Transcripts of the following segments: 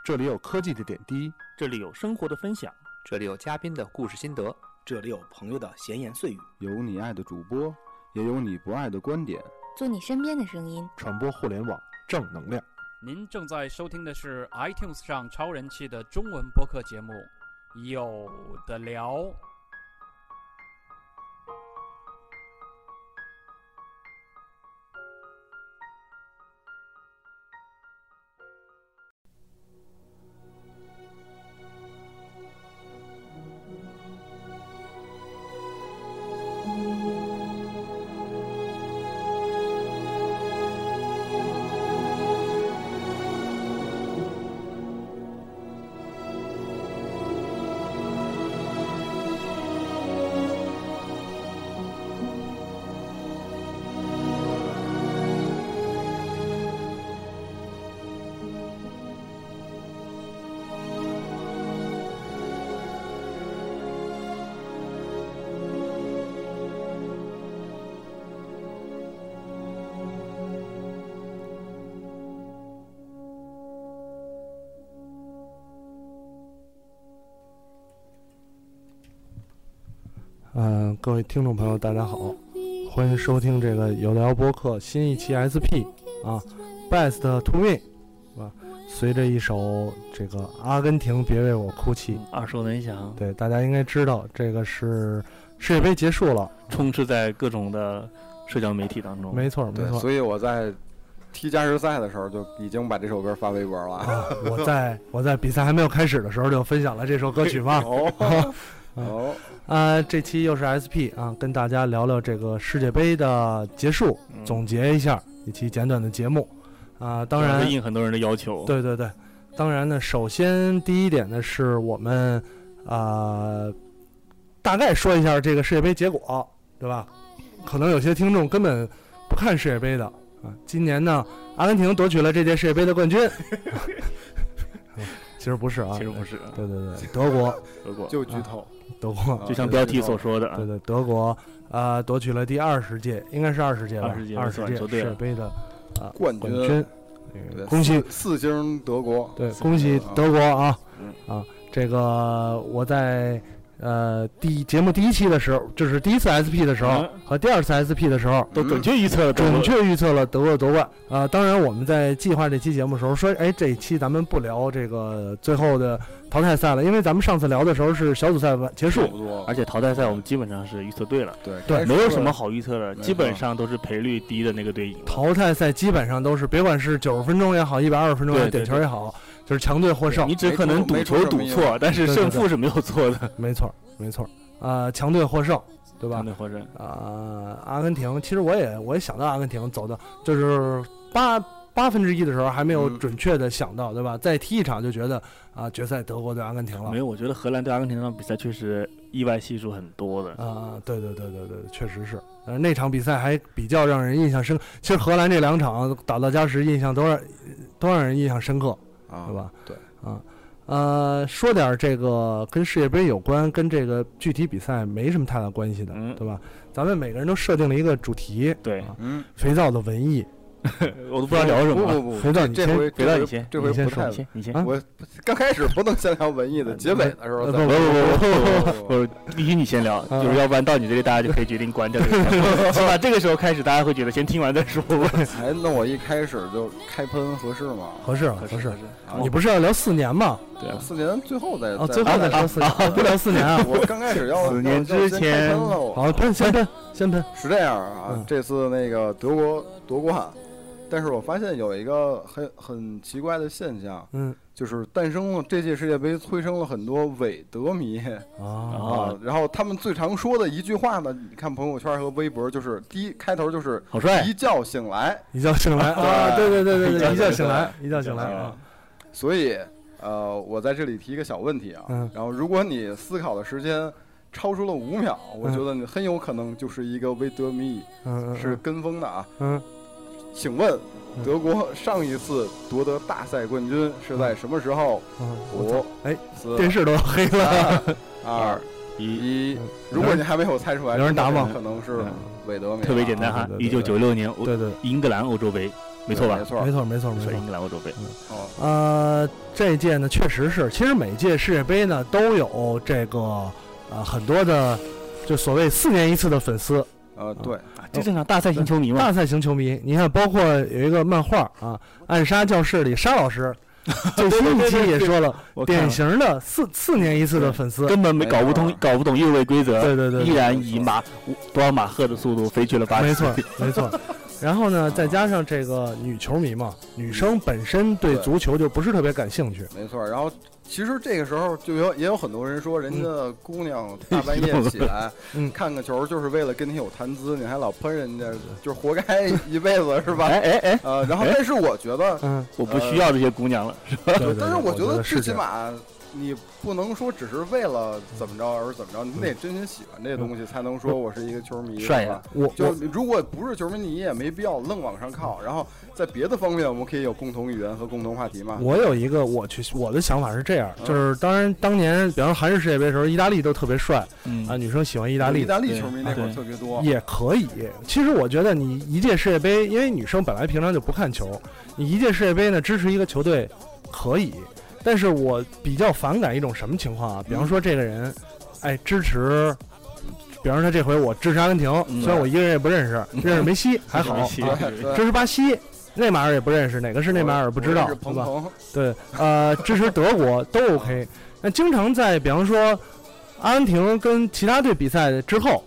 这里有科技的点滴， 这里有生活的分享， 这里有嘉宾的故事心得， 这里有朋友的闲言碎语， 有你爱的主播，也有你不爱的观点， 做你身边的声音， 传播互联网正能量。 您正在收听的是 iTunes 上超人气的中文播客节目《有的聊》。 各位听众朋友大家好，欢迎收听这个有聊播客新一期 SP Best to Win 随着一首这个阿根廷别为我哭泣， 耳熟能详。 对，大家应该知道这个是世界杯结束了， 充斥在各种的社交媒体当中。 没错没错， 所以我在踢加时赛的时候就已经把这首歌发微博了。 我在比赛还没有开始的时候就分享了这首歌曲嘛。这期又是 SP 跟大家聊聊这个世界杯的结束，总结一下一期简短的节目当然应很多人的要求。 对对对，当然呢，首先第一点呢是我们大概说一下这个世界杯结果，对吧？可能有些听众根本不看世界杯的今年呢，阿根廷夺取了这届世界杯的冠军。其实不是其实不是， 对对对，德国就剧透， 德国就像标题所说的， 对对，德国夺取了第20届，应该是20届吧，20届世界杯的冠军， 恭喜四星德国， 对，恭喜德国这个我在节目第一期的时候，就是第一次 SP 的时候和第二次 SP 的时候都准确预测了德国夺冠当然我们在计划这期节目的时候说，这一期咱们不聊这个最后的淘汰赛了，因为咱们上次聊的时候是小组赛结束， 而且淘汰赛我们基本上是预测对了， 对， 没有什么好预测的，基本上都是赔率低的那个队赢。 淘汰赛基本上都是，别管是90分钟也好，120分钟也好，点球也好，就是强队获胜。 你只可能赌球赌错，但是胜负是没有错的。 没错没错强队获胜，对吧？ 强队获胜阿根廷，其实我也想到阿根廷走的就是8分之1的时候还没有准确的想到，对吧？再踢一场就觉得决赛德国对阿根廷了。 没有，我觉得荷兰对阿根廷那场比赛确实意外系数很多的对对对对对，确实是。那场比赛还比较让人印象深刻。其实荷兰这2场打到加时，印象都让人印象深刻，对吧？ 对说点这个跟世界杯有关，跟这个具体比赛没什么太大关系的，对吧？咱们每个人都设定了一个主题， 对， 肥皂的文艺。 我都不知道聊什么。 不， 肥皂这回不太你先我刚开始不能先聊文艺的，结尾的时候不，必须你先聊，就是要不然到你这里大家就可以决定关掉这个。起码这个时候开始，大家会觉得先听完再说。 那我一开始就开喷合适吗？ 合适。你不是要聊4年吗？ 对，4年最后再最后再说4年，不聊4年啊！ 我刚开始要 4年之前， 好喷，先喷。 是这样这次那个德国夺冠。但是我发现有一个很奇怪的现象，就是诞生了这届世界杯，催生了很多伪德迷然后他们最常说的一句话呢，你看朋友圈和微博，就是开头就是好帅， 一觉醒来对，一觉醒来所以我在这里提一个小问题然后如果你思考的时间超出了5秒，我觉得你很有可能就是一个伪德迷，是跟风的请问德国上一次夺得大赛冠军是在什么时候？5、4， 电视都黑了。 2、1。如果你还没有猜出来， 有人答吗？ 可能是韦德。 特别简单哈，1996年对英格兰欧洲杯。 没错吧？ 没错， 英格兰欧洲杯。 这届呢确实是，其实每届世界杯呢都有这个很多的，就所谓4年一次的粉丝。 对， 这正常大赛型球迷嘛。 大赛型球迷，你看，包括有一个漫画啊，《暗杀教室》里沙老师最新一期也说了，典型的4年一次的粉丝， 根本搞不懂越位规则， 对， 依然以多少马赫的速度飞去了巴西。 没错。然后呢，再加上这个女球迷嘛，女生本身对足球就不是特别感兴趣。 没错。然后其实这个时候也有很多人说，人家姑娘大半夜起来看个球，就是为了跟你有谈资，你还老喷人家，就是活该一辈子，是吧？然后但是我觉得， 我不需要这些姑娘了，是吧？ 但是我觉得最起码你不能说只是为了怎么着而怎么着，你得真心喜欢这东西，才能说我是一个球迷。 帅呀！ 就如果不是球迷，你也没必要愣往上靠。然后在别的方面，我们可以有共同语言和共同话题嘛。 我有一个我的想法是这样，就是当年，比方说韩日世界杯的时候，意大利都特别帅，女生喜欢意大利球迷那会儿特别多， 也可以。其实我觉得你一届世界杯，因为女生本来平常就不看球，你一届世界杯呢支持一个球队可以。但是我比较反感一种什么情况啊？比方说这个人，支持，比方说他这回我支持阿根廷，虽然我一个人也不认识，认识梅西还好，支持巴西，内马尔也不认识，哪个是内马尔不知道，是吧？对，支持德国都 OK。那经常在比方说阿根廷跟其他队比赛之后，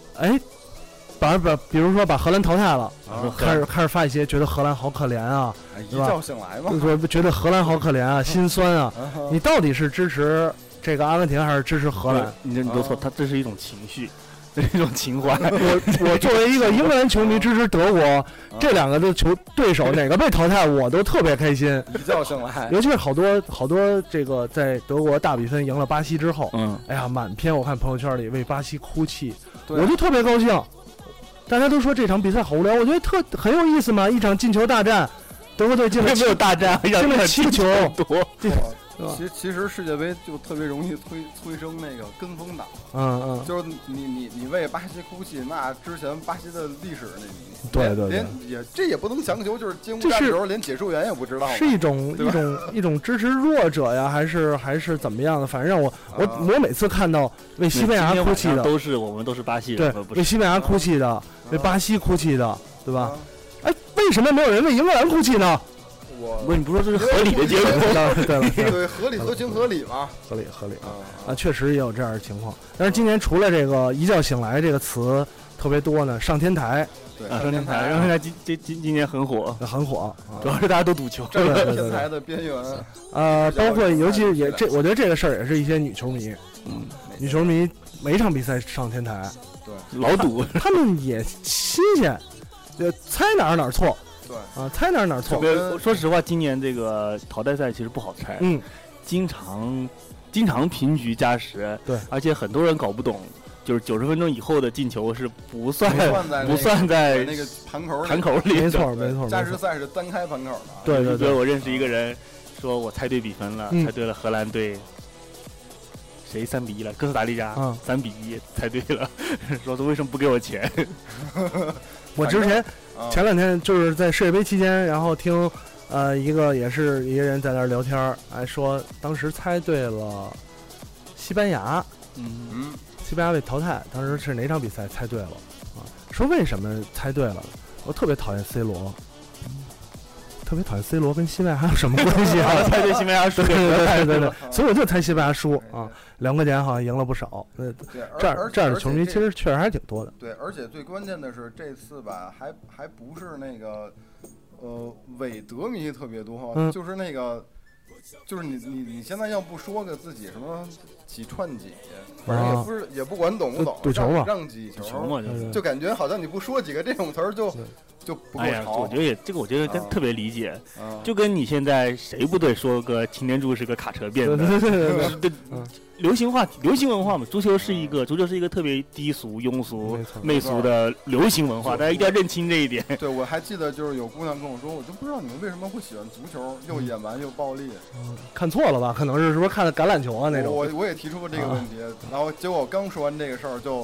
比如说把荷兰淘汰了，开始发一些觉得荷兰好可怜啊， 一觉醒来嘛， 觉得荷兰好可怜啊，心酸啊。你到底是支持这个阿根廷还是支持荷兰？ 你都错，这是一种情绪，这是一种情怀。 我作为一个英格兰球迷支持德国，这两个的对手哪个被淘汰，我都特别开心， 一觉醒来。 尤其是好多这个在德国大比分赢了巴西之后，哎呀，满篇我看朋友圈里为巴西哭泣，我就特别高兴。大家都说这场比赛好无聊，我觉得很有意思嘛，一场进球大战，德国队进了没有大战， 进了7个球多。 其实世界杯就特别容易催生那个跟风党，就是你为巴西哭泣，那之前巴西的历史对， 这也不能强求，就是进屋战的时候连解说员也不知道， 是一种支持弱者呀，还是怎么样的？反正让我每次看到为西班牙哭泣的， 我们都是巴西人， 对，为西班牙哭泣的，为巴西哭泣的，对吧？为什么没有人为英格兰哭泣呢？ 你不说这是合理的结果？ 对，合情合理嘛， 合理确实也有这样的情况。但是今年除了这个一觉醒来这个词特别多呢，上天台， 上天台今年很火， 主要是大家都赌球， 天台的边缘。 包括尤其我觉得这个事儿也是一些女球迷，女球迷每场比赛上天台， 对， 老赌， 他们也新鲜，就猜哪错。对猜哪错。 说实话，今年这个淘汰赛其实不好猜，经常平局加时， 对， 而且很多人搞不懂，就是90分钟以后的进球是不算在那个盘口里， 没错， 加时赛是单开盘口的。 对， 所以我认识一个人说，我猜对比分了，猜对了荷兰队。谁3-1了？哥斯达黎加3-1，猜对了。说为什么不给我钱？ 我之前前2天就是在世界杯期间，然后听一个人在那儿聊天，说当时猜对了西班牙，西班牙被淘汰，当时是哪场比赛猜对了啊？说为什么猜对了？我特别讨厌 C 罗。特别讨厌 C 罗跟西班牙还有什么关系啊？ 猜对西班牙输， 对，所以我就猜西班牙输啊，2个点好像赢了不少。这样的球迷其实确实还挺多的。 对，而且最关键的是这次吧，还不是那个伪德迷特别多，就是那个。就是你现在要不说个自己什么几串几，反正也不管懂不懂， 赌球嘛， 让几球嘛， 就感觉好像你不说几个这种词儿就不够潮。 我觉得我觉得特别理解，就跟你现在谁不对说个擎天柱是个卡车变的，对。流行文化嘛，足球是一个特别低俗、庸俗、媚俗的流行文化，大家一定要认清这一点。 对，我还记得就是有姑娘跟我说，我就不知道你们为什么会喜欢足球，又野蛮又暴力。 看错了吧？可能是不是看的橄榄球啊那种？ 我也提出过这个问题，然后结果我刚说完这个事儿，就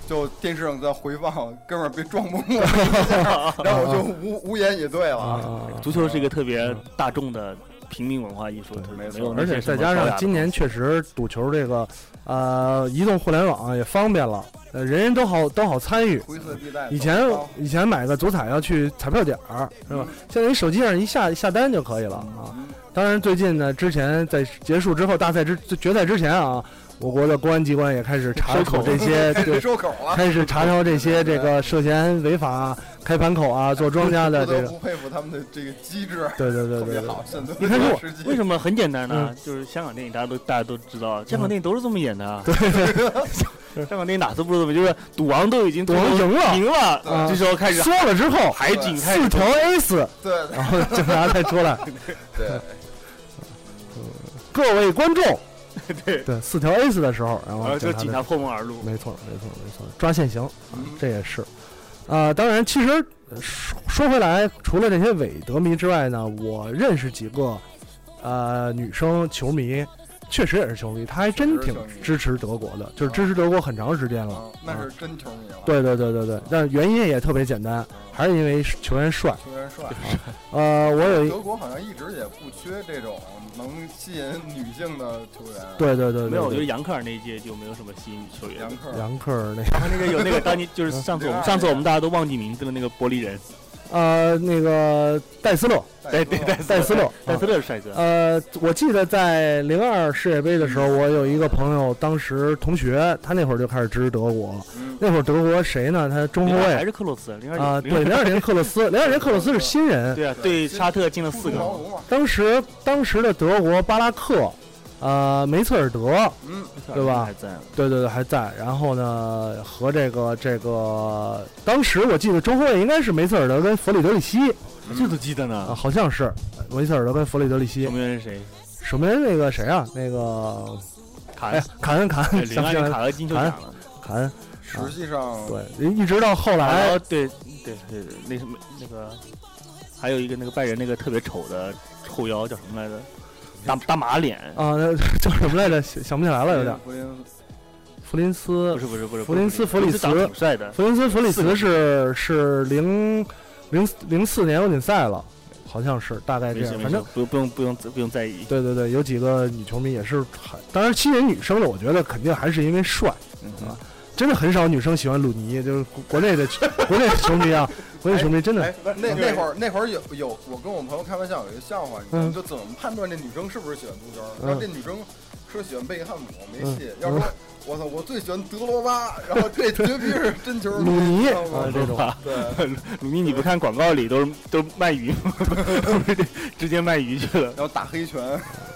就电视上在回放，哥们儿被撞懵了，然后我就无言以对了。 足球是一个特别大众的平民文化艺术， 没错， 而且再加上今年确实赌球这个移动互联网也方便了，人人都好参与。 灰色地带。 以前买个足彩要去彩票点是吧？现在你手机上一下单就可以了啊。当然最近呢，之前在结束之后大赛决赛之前啊。我国的公安机关也开始查口这些，开始查抄这些这个涉嫌违法开盘口啊、做庄家的这个。 不佩服他们的这个机制。 对。 你看我为什么很简单呢？就是香港电影大家都知道，香港电影都是这么演的啊。对。香港电影哪次不是这么？就是赌王都已经赢了，这时候开始说了之后， 海警开始 4条 A4， 对， 然后警察才出来。 对。 各位观众。对4条 A4 的时候，然后就警察破门而入。 没错，抓现行，这也是。当然，其实说回来，除了这些伪德迷之外呢，我认识几个女生球迷，确实也是球迷，她还真挺支持德国的，就是支持德国很长时间了。 那是真球迷了。 对，但原因也特别简单，还是因为球员帅。我有德国好像一直也不缺这种能吸引女性的球员。 对， 没有，我觉得杨克尔那一届就没有什么吸引球员。 杨克尔那个有那个当年就是上次我们大家都忘记名字的那个玻璃人。 那个戴斯勒， 对，戴斯勒是帅哥。我记得在02世界杯的时候，我有一个朋友，当时同学，他那会儿就开始支持德国。那会儿德国谁呢？他中后卫还是克洛斯对，02年克洛斯，02年克洛斯是新人。 对啊，对沙特进了4个。 当时的德国巴拉克。梅策尔德，对吧？ 还在， 对，还在。然后呢，和这个，当时我记得中后卫应该是梅策尔德跟弗里德里希， 这都记得呢。 好像是梅策尔德跟弗里德里希。 守门员是谁？ 守门员那个谁啊？那个卡恩， 卡恩金球奖了。 卡恩， 实际上对，一直到后来， 对，那什么那个，还有一个那个拜仁那个特别丑的后腰叫什么来着？大马脸啊，那叫什么来着？想不起来了，有点。弗林斯不是弗林斯弗里茨， 挺帅的。 弗林斯弗里茨是04年欧锦赛了，好像是大概这样。反正不用在意。 对，有几个女球迷也是，当然吸引女生的，我觉得肯定还是因为帅，啊，真的很少女生喜欢鲁尼，就是国内的球迷啊。国内球迷真的， 那会儿有，我跟我朋友开玩笑有一个笑话，你就怎么判断这女生是不是喜欢足球？要这女生说喜欢贝克汉姆没戏，要说我操，我最喜欢德罗巴，然后这绝逼是真球鲁尼这种。 对， 鲁尼你不看广告里都卖鱼吗？直接卖鱼去了， 然后打黑拳。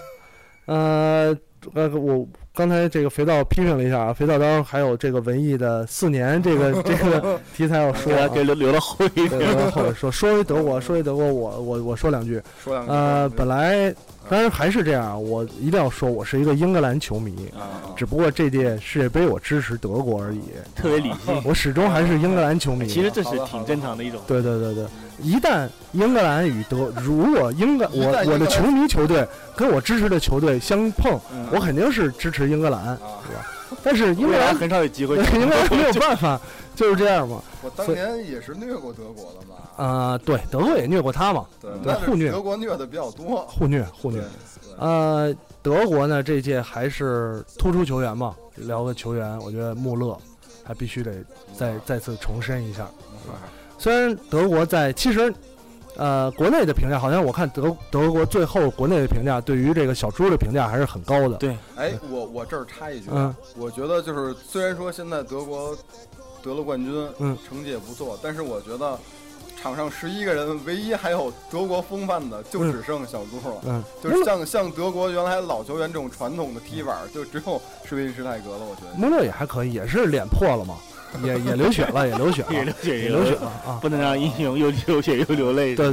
我刚才这个肥皂批评了一下啊，肥皂当还有这个文艺的4年这个题材要说， 给留到后一点。 后面说回德国，我说两句。本来当然还是这样，我一定要说，我是一个英格兰球迷，只不过这届世界杯我支持德国而已， 特别理性。 我始终还是英格兰球迷。 其实这是挺正常的一种。 对。一旦英格兰与如果我的球迷球队跟我支持的球队相碰，我肯定是支持英格兰，对吧？但是英格兰很少有机会， 英格兰没有办法，就是这样嘛。 我当年也是虐过德国的嘛。 对，德国也虐过他嘛。 对， 互虐。 德国虐的比较多。 互虐。德国呢这届还是突出球员嘛，聊个球员，我觉得穆勒还必须得再次重申一下，是吧？虽然德国其实，国内的评价好像我看德国最后国内的评价对于这个小猪的评价还是很高的。 对， 我这儿插一句，我觉得就是虽然说现在德国得了冠军，成绩也不错，但是我觉得场上11个人，唯一还有德国风范的就只剩小猪了。就是像德国原来老球员这种传统的踢法，就只有施维施泰格了。我觉得穆勒也还可以，也是脸破了嘛。也流血了，也流血了啊！ 不能让英雄又流血又流泪。 对，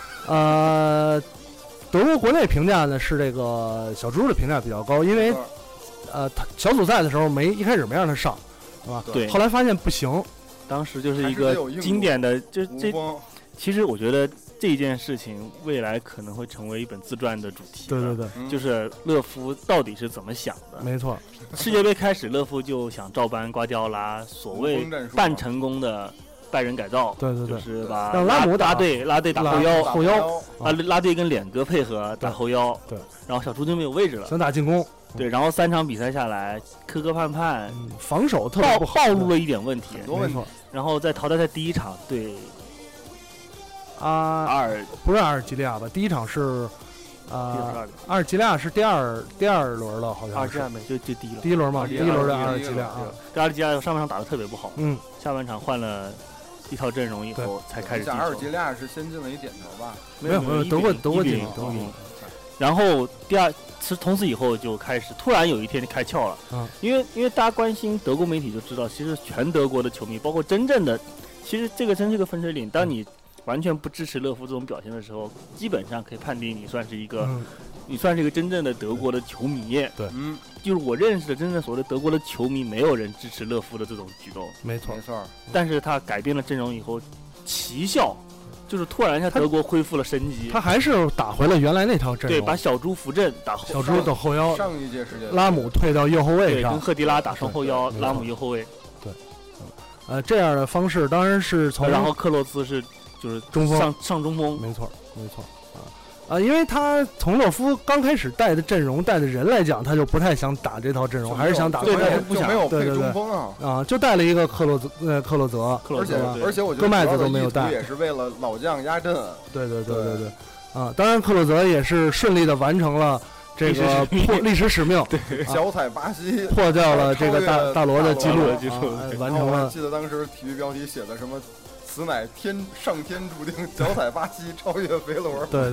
德国国内评价呢是这个小猪的评价比较高，因为他小组赛的时候一开始没让他上，是吧？ 对， 后来发现不行， 当时就是一个经典的，其实我觉得这件事情未来可能会成为一本自传的主题。 对对对， 就是勒夫到底是怎么想的？ 没错， 世界杯开始，勒夫就想照搬瓜迪奥拉所谓半成功的拜仁改造， 对对对， 就是把让拉姆拉队打后腰，拉队跟脸哥配合打后腰， 对， 然后小猪就没有位置了， 想打进攻， 对，然后3场比赛下来磕磕绊绊， 防守特别不好， 暴露了一点问题， 很多问题。 然后在淘汰赛第1场对不是阿尔及利亚吧？第1场是阿尔及利亚是第二轮了，好像是。 阿尔及利亚没就第1轮。 第1轮嘛，第1轮的阿尔及利亚啊。 阿尔及利亚上半场打得特别不好，下半场换了一套阵容以后才开始进球。 阿尔及利亚是先进了一点球吧？ 没有，德国进。 然后从此以后就开始突然有一天开窍了，因为大家关心德国媒体就知道，其实全德国的球迷，包括真正的，其实这个真是个分水岭。当你完全不支持勒夫这种表现的时候，基本上可以判定你算是一个真正的德国的球迷。 对， 就是我认识的真正所谓的德国的球迷，没有人支持勒夫的这种举动。 没错。 但是他改变了阵容以后，奇效。就是突然一下，德国恢复了生机， 他还是打回了原来那套阵容， 对，把小猪扶正， 小猪的后腰， 上一届世界拉姆退到右后卫上， 跟赫迪拉打双后腰，拉姆右后卫， 对，这样的方式当然是从， 然后克洛兹就是中锋上中锋， 没错因为他从勒夫刚开始带的阵容带的人来讲，他就不太想打这套阵容，还是想打对，不想没有配中锋就带了一个克洛泽， 而且我觉得戈麦子都没有带， 也是为了老将压阵。 对，当然克洛泽也是顺利的完成了这个历史使命， 对，脚踩巴西破掉了这个大罗的记录，完成了。 记得当时体育标题写的什么？此乃上天注定，脚踩巴西超越肥罗。 对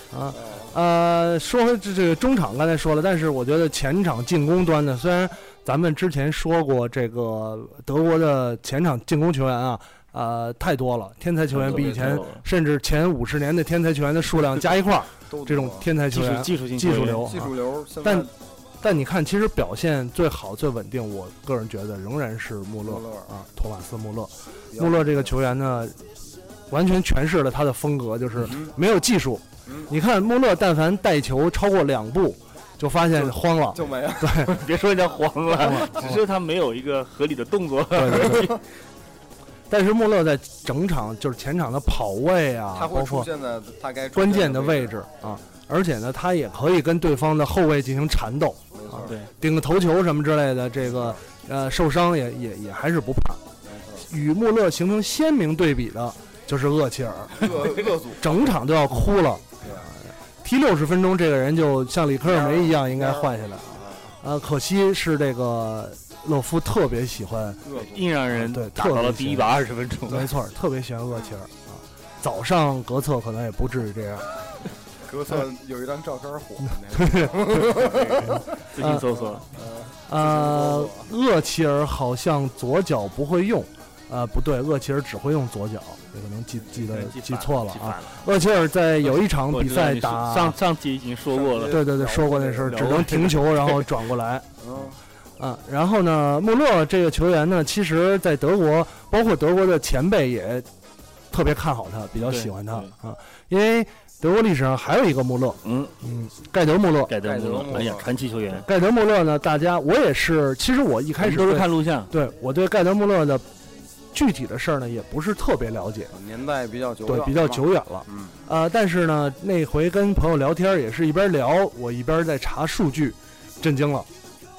说回这个中场刚才说了，但是我觉得前场进攻端的，虽然咱们之前说过这个德国的前场进攻球员太多了，天才球员比以前甚至前50年的天才球员的数量加一块儿，这种天才球员技术流，但你看，其实表现最好、最稳定，我个人觉得仍然是穆勒托马斯·穆勒。穆勒这个球员呢，完全诠释了他的风格，就是没有技术。你看穆勒，但凡带球超过2步，就发现慌了， 就没了。 对， 别说人家慌了，只是他没有一个合理的动作。 对。但是穆勒在整场就是前场的跑位他会出现在他该关键的位置而且呢，他也可以跟对方的后卫进行缠斗， 对， 顶个头球什么之类的，这个受伤也还是不怕。与穆勒形成鲜明对比的就是厄齐尔，整场都要哭了，踢60分钟，这个人就像里科尔梅一样应该换下来。可惜是这个勒夫特别喜欢， 硬让人打到了第120分钟， 没错，特别喜欢厄齐尔早上格策可能也不至于这样。 格策有一张照片火， 自行搜索。 厄齐尔好像左脚不会用，不对，厄齐尔只会用左脚，也可能记错了啊。厄齐尔在有一场比赛打上期已经说过了， 对，说过那事儿，只能停球然后转过来。然后呢，穆勒这个球员呢，其实在德国，包括德国的前辈也特别看好他，比较喜欢他因为德国历史上还有一个穆勒，盖德穆勒， 哎呀，传奇球员。 盖德穆勒呢，我也是，其实我一开始都是看录像， 对我对盖德穆勒的具体的事儿呢，也不是特别了解， 年代比较久远， 对，比较久远了，但是呢，那回跟朋友聊天也是一边聊，我一边在查数据，震惊了。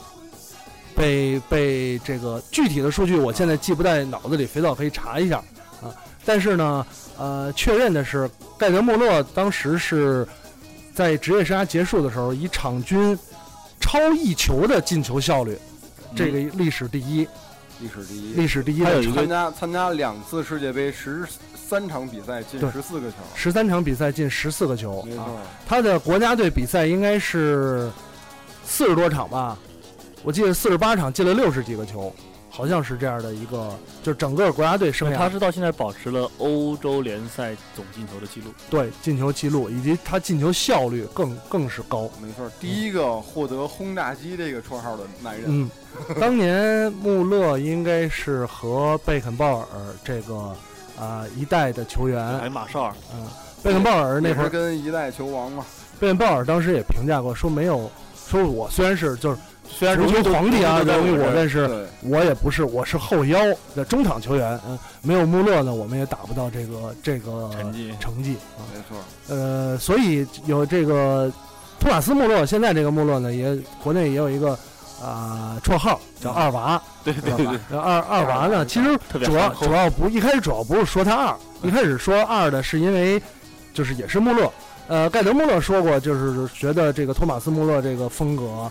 被这个具体的数据我现在记不在脑子里，肥皂可以查一下但是呢，确认的是，盖德穆勒当时是在职业生涯结束的时候，以场均超1球的进球效率，这个历史第一。 他有参加2次世界杯13场比赛进14个球 ，13场比赛进14个球他的国家队比赛应该是40多场吧。我记得48场进了60几个球，好像是这样的一个，就是整个国家队生涯， 他是到现在保持了欧洲联赛总进球的记录， 对，进球记录以及他进球效率更是高。 没错，第一个获得轰炸机这个绰号的男人。 当年穆勒应该是和贝肯鲍尔这个一代的球员， 马绍尔， 贝肯鲍尔那会儿跟一代球王嘛， 贝肯鲍尔当时也评价过，说没有，说我虽然是虽然足球皇帝啊，荣誉我，但是我也不是，我是后腰的中场球员。没有穆勒呢，我们也打不到这个成绩啊。 没错。 所以有这个托马斯穆勒，现在这个穆勒呢，国内也有一个绰号叫二娃。 对， 二娃呢，其实主要一开始主要不是说他二，一开始说二的是因为就是也是穆勒。盖德穆勒说过，就是觉得这个托马斯穆勒这个风格，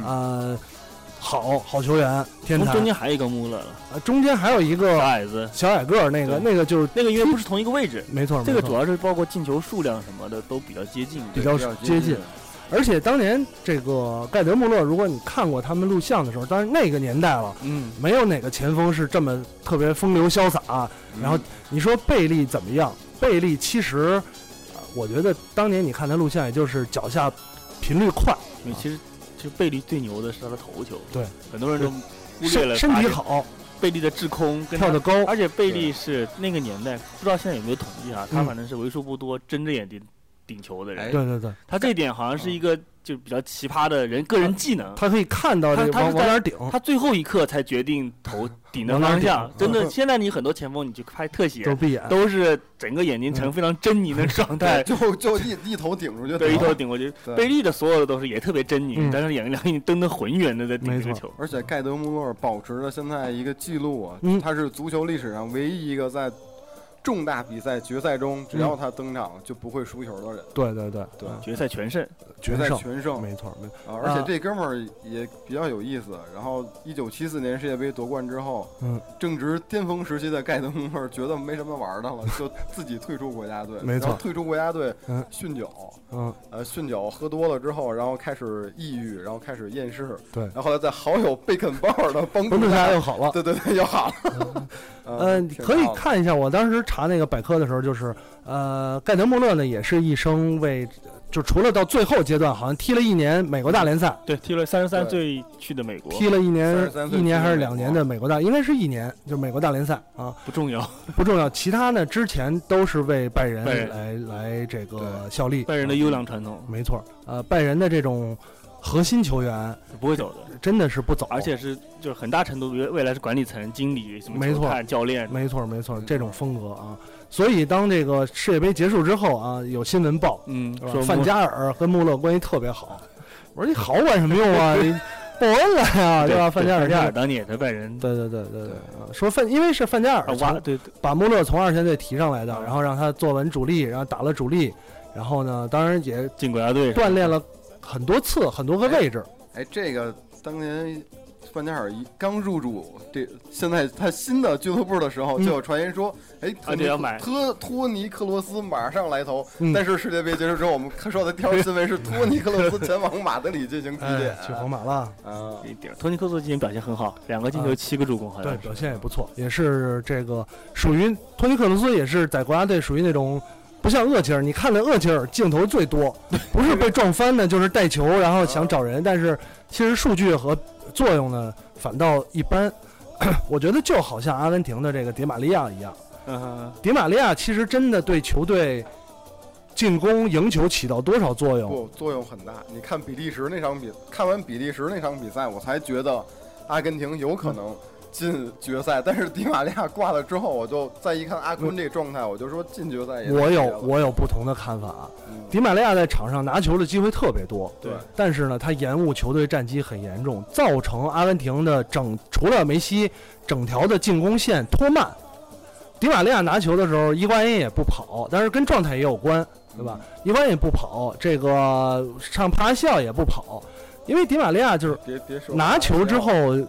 好球员，天才。 中间还有一个穆勒了， 中间还有一个小矮个儿，那个就是那个因为不是同一个位置， 没错。 这个主要是包括进球数量什么的都比较接近， 而且当年这个盖德穆勒，如果你看过他们录像的时候，当然那个年代了，没有哪个前锋是这么特别风流潇洒。然后你说贝利怎么样？贝利其实。我觉得当年你看他录像，也就是脚下频率快。 其实贝利最牛的是他的头球。 对， 很多人都忽略了身体好， 贝利的滞空跳得高， 而且贝利是那个年代，不知道现在有没有统计啊？他反正是为数不多睁着眼睛顶球的人。 对， 他这一点好像是一个就比较奇葩的个人技能。 他可以看到这个往哪顶， 他最后一刻才决定头顶的方向。真的，现在你很多前锋，你去拍特写，都是整个眼睛呈非常狰狞的状态， 就一头顶出去。 对，一头顶过去。贝利的所有的都是也特别狰狞，但是两眼瞪得浑圆的在顶这个球。 而且盖德穆勒保持了现在一个记录啊，他是足球历史上唯一一个在重大比赛决赛中，只要他登场就不会输球的人。 对， 决赛全胜， 没错。 而且这哥们儿也比较有意思。然后1974年世界杯夺冠之后，正值巅峰时期的盖德穆勒觉得没什么玩的了，就自己退出国家队。 没错， 然后退出国家队，酗酒，酗酒喝多了之后，然后开始抑郁，然后开始厌世。 对， 然后后来在好友贝肯鲍尔的帮助下又好了。 对，又好了。 可以看一下，我当时查那个百科的时候，就是盖德穆勒呢也是一生为，就除了到最后阶段，好像踢了1年美国大联赛， 对，踢了33岁去的美国， 踢了1年还是2年的美国大，应该是1年，就美国大联赛啊， 不重要。其他呢之前都是为拜仁来这个效力， 拜仁的优良传统， 没错。拜仁的这种核心球员不会走的， 真的是不走， 而且是就是很大程度未来是管理层、经理什么球探、教练， 没错，这种风格啊。所以当这个世界杯结束之后啊，有新闻报，说范加尔跟穆勒关系特别好。我说你好管什么用啊？你报恩来啊，对吧？范加尔当年也在拜仁， 对，说因为是范加尔把穆勒从2线队提上来的，然后让他坐稳主力，然后打了主力，然后呢，当然也进国家队锻炼了很多次，很多个位置。 这个当年范加尔刚入主现在他新的俱乐部的时候，就有传言说，托尼克罗斯马上来投。但是世界杯结束之后，我们说的第二新闻是托尼克罗斯前往马德里进行体检， 去皇马了。 托尼克罗斯今年表现很好，2个进球7个助攻，好像对，表现也不错，也是这个属于托尼克罗斯也是在国家队属于那种。不像厄齐尔，你看的厄齐尔镜头最多，不是被撞翻的，就是带球然后想找人，但是其实数据和作用呢反倒一般。我觉得就好像阿根廷的这个迪玛利亚一样，迪玛利亚其实真的对球队进攻赢球起到多少作用？ 不，作用很大。你看看完比利时那场比赛，我才觉得阿根廷有可能进决赛，但是迪玛利亚挂了之后，我就再一看阿坤这个状态，我就说进决赛也。 我有不同的看法。迪玛利亚在场上拿球的机会特别多， 对， 但是呢，他延误球队战绩很严重，造成阿根廷的除了梅西整条的进攻线拖慢。迪玛利亚拿球的时候，伊瓜因也不跑，但是跟状态也有关，对吧？伊瓜因也不跑，这个上帕拉西奥也不跑，因为迪玛利亚就是拿球之后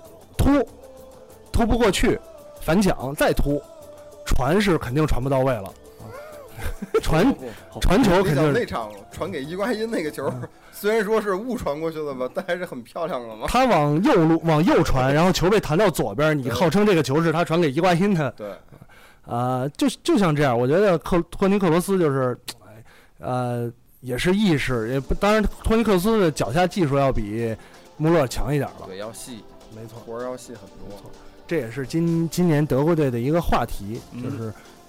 突不过去，反抢再突，传是肯定传不到位了。传球肯定那场传给伊瓜因那个球，虽然说是误传过去的吧，但还是很漂亮的嘛。 他往右传，然后球被弹到左边，你号称这个球是他传给伊瓜因的。 对， 就像这样，我觉得托尼克罗斯就是，也是意识，当然托尼克罗斯的脚下技术要比穆勒强一点了。 对，要细， 没错， 活要细很多。 这也是今年德国队的一个话题，就是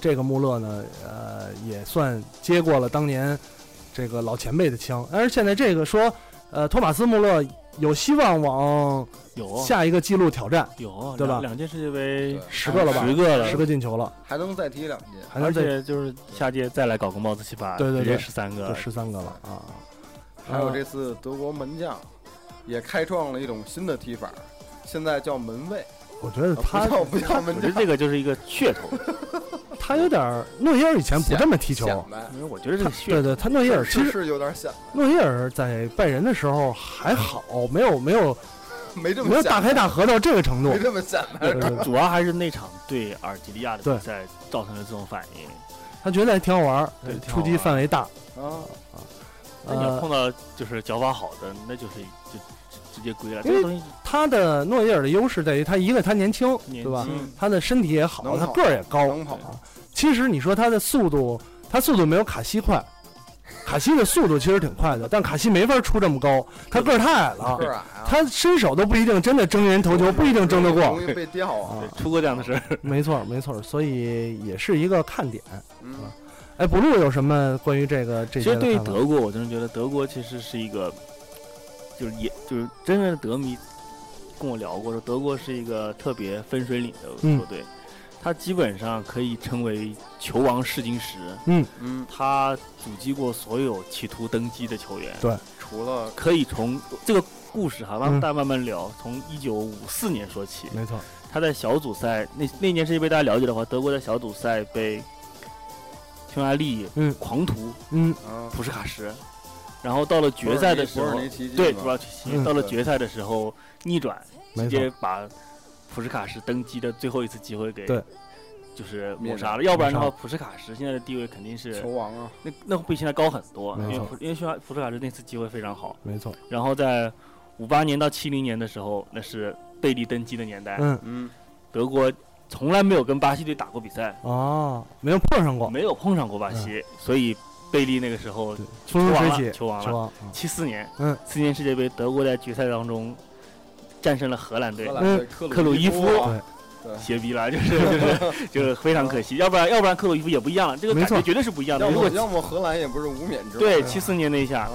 这个穆勒呢，也算接过了当年这个老前辈的枪。但是现在这个说，托马斯穆勒有希望往下一个记录挑战，对吧 ？2届世界杯 10个了吧？10个进球了， 还能再踢2届， 而且就是下届再来搞个帽子戏法， 对对对 ，13个 ，13个了啊！ 还有这次德国门将也开创了一种新的踢法，现在叫门卫。 我觉得他不叫门将， 我觉得这个就是一个噱头。 他有点诺伊尔以前不这么踢球， 因为我觉得这个对对，他诺伊尔其实是有点显。 诺伊尔在拜仁的时候还好，没有大开大合到这个程度， 没这么显摆。 主要还是那场对阿尔及利亚的比赛造成了这种反应。 他觉得还挺好玩，对，出击范围大啊。那你要碰到就是脚法好的，那就是就直接归了。这个东西， 他的诺伊尔的优势在于他年轻，对吧？他的身体也好，他个儿也高， 能跑。 其实你说他的速度，他速度没有卡西快。卡西的速度其实挺快的，但卡西没法出这么高，他个儿太矮了，他伸手都不一定真的争人头球，不一定争得过， 容易被吊啊， 出过这样的事。 没错，所以也是一个看点。哎，不录有什么关于这些？其实对于德国，我真的觉得德国其实是一个，就是真正的德迷跟我聊过，说德国是一个特别分水岭的球队。他基本上可以称为球王试金石。他阻击过所有企图登基的球员。 对， 除了可以从这个故事哈，让大家慢慢聊，从1954年说起。 没错， 他在小组赛那年世界杯大家了解的话，德国在小组赛被匈牙利狂屠，普什卡什，然后到了决赛的时候，对，土耳其到了决赛的时候逆转，直接把普什卡什登基的最后一次机会给就是抹杀了，要不然的话，普什卡什现在的地位肯定是球王啊， 那会比现在高很多，因为普什卡什那次机会非常好， 没错。 然后在58年到70年的时候，那是贝利登基的年代，德国从来没有跟巴西队打过比赛没有碰上过巴西，所以贝利那个时候球王了。74年，4年世界杯，德国在决赛当中战胜了荷兰队，克鲁伊夫歇逼了，就是非常可惜，要不然克鲁伊夫也不一样了，这个感觉绝对是不一样的。 要么荷兰也不是无冕之王。 对，74年那一下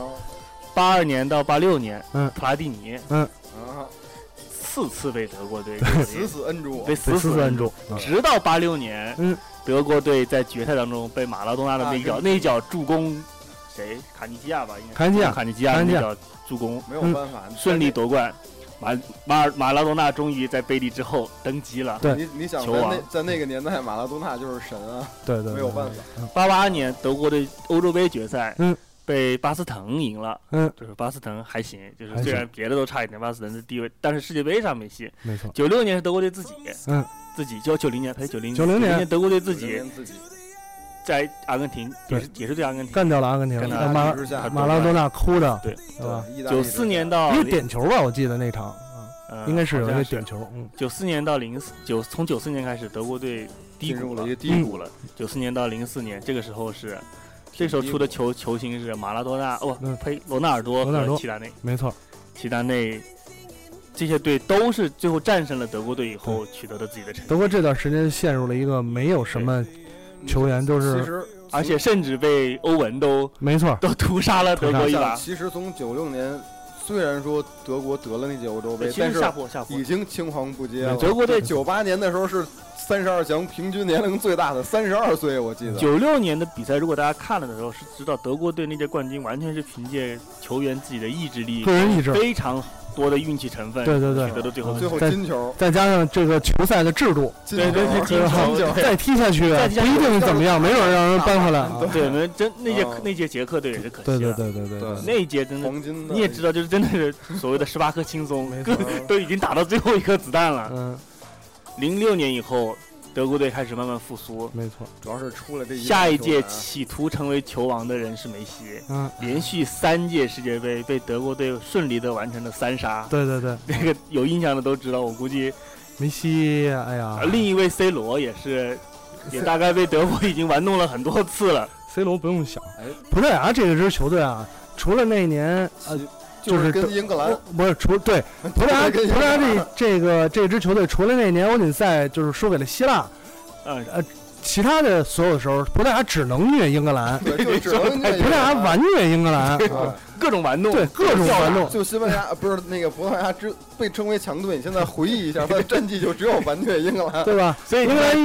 ，82年到86年，普拉蒂尼，4次被德国队死摁住， 被死摁住，直到86年，德国队在决赛当中被马拉多纳的那一脚助攻，谁？卡尼基亚吧，应该卡尼基亚那脚助攻， 没有办法， 顺利夺冠。马拉多纳终于在贝利之后登基了。 对， 你想在那个年代，马拉多纳就是神啊。 对， 没有办法。88年德国队欧洲杯决赛，被巴斯滕赢了。就是巴斯滕还行，就是虽然别的都差一点，巴斯滕的地位，但是世界杯上没戏。 没错。 96年是德国队自己，就90年，他90年德国队自己在阿根廷也是对阿根廷干掉了阿根廷，马拉多纳哭的， 对吧 ？94年到一个点球吧，我记得那场，应该是有一个点球。 94年到从94年开始，德国队低谷了。94年到04年，这个时候出的球星是马拉多纳，罗纳尔多和齐达内， 没错， 齐达内。这些队都是最后战胜了德国队以后取得的自己的成绩。 德国这段时间陷入了一个没有什么球员都是， 而且甚至被欧文都没错都屠杀了德国一把。 其实从96年，虽然说德国得了那届欧洲杯，但是已经青黄不接了。 德国队 98年的时候是32强平均年龄最大的32岁，我记得。 96年的比赛，如果大家看了的时候，是知道德国队那届冠军完全是凭借球员自己的意志力、 个人意志非常多的运气成分， 对， 取得的最后金球， 再加上这个球赛的制度， 对，金球再踢下去不一定怎么样，没准让人扳回来。 对，那届捷克队也是可惜了。 对， 那一届真的，你也知道，就是真的是所谓的18颗轻松，都已经打到最后一颗子弹了。06年以后，德国队开始慢慢复苏， 没错， 主要是出了这下一届企图成为球王的人是梅西，连续3届世界杯被德国队顺利的完成了3杀。 对， 那个有印象的都知道，我估计梅西，哎呀， 另一位 C 罗也大概被德国已经玩弄了很多次了。 C 罗不用想，葡萄牙这支球队啊，除了那年就是跟英格兰不是对葡萄牙这支球队，除了那年欧锦赛就是输给了希腊， 其他的所有时候，葡萄牙只能虐英格兰， 对，就只能虐葡萄牙完虐英格兰， 各种玩弄， 对，各种玩弄。 就西班牙不是那个葡萄牙被称为强队，你现在回忆一下，他的战绩就只有完虐英格兰， 对吧？所以英格兰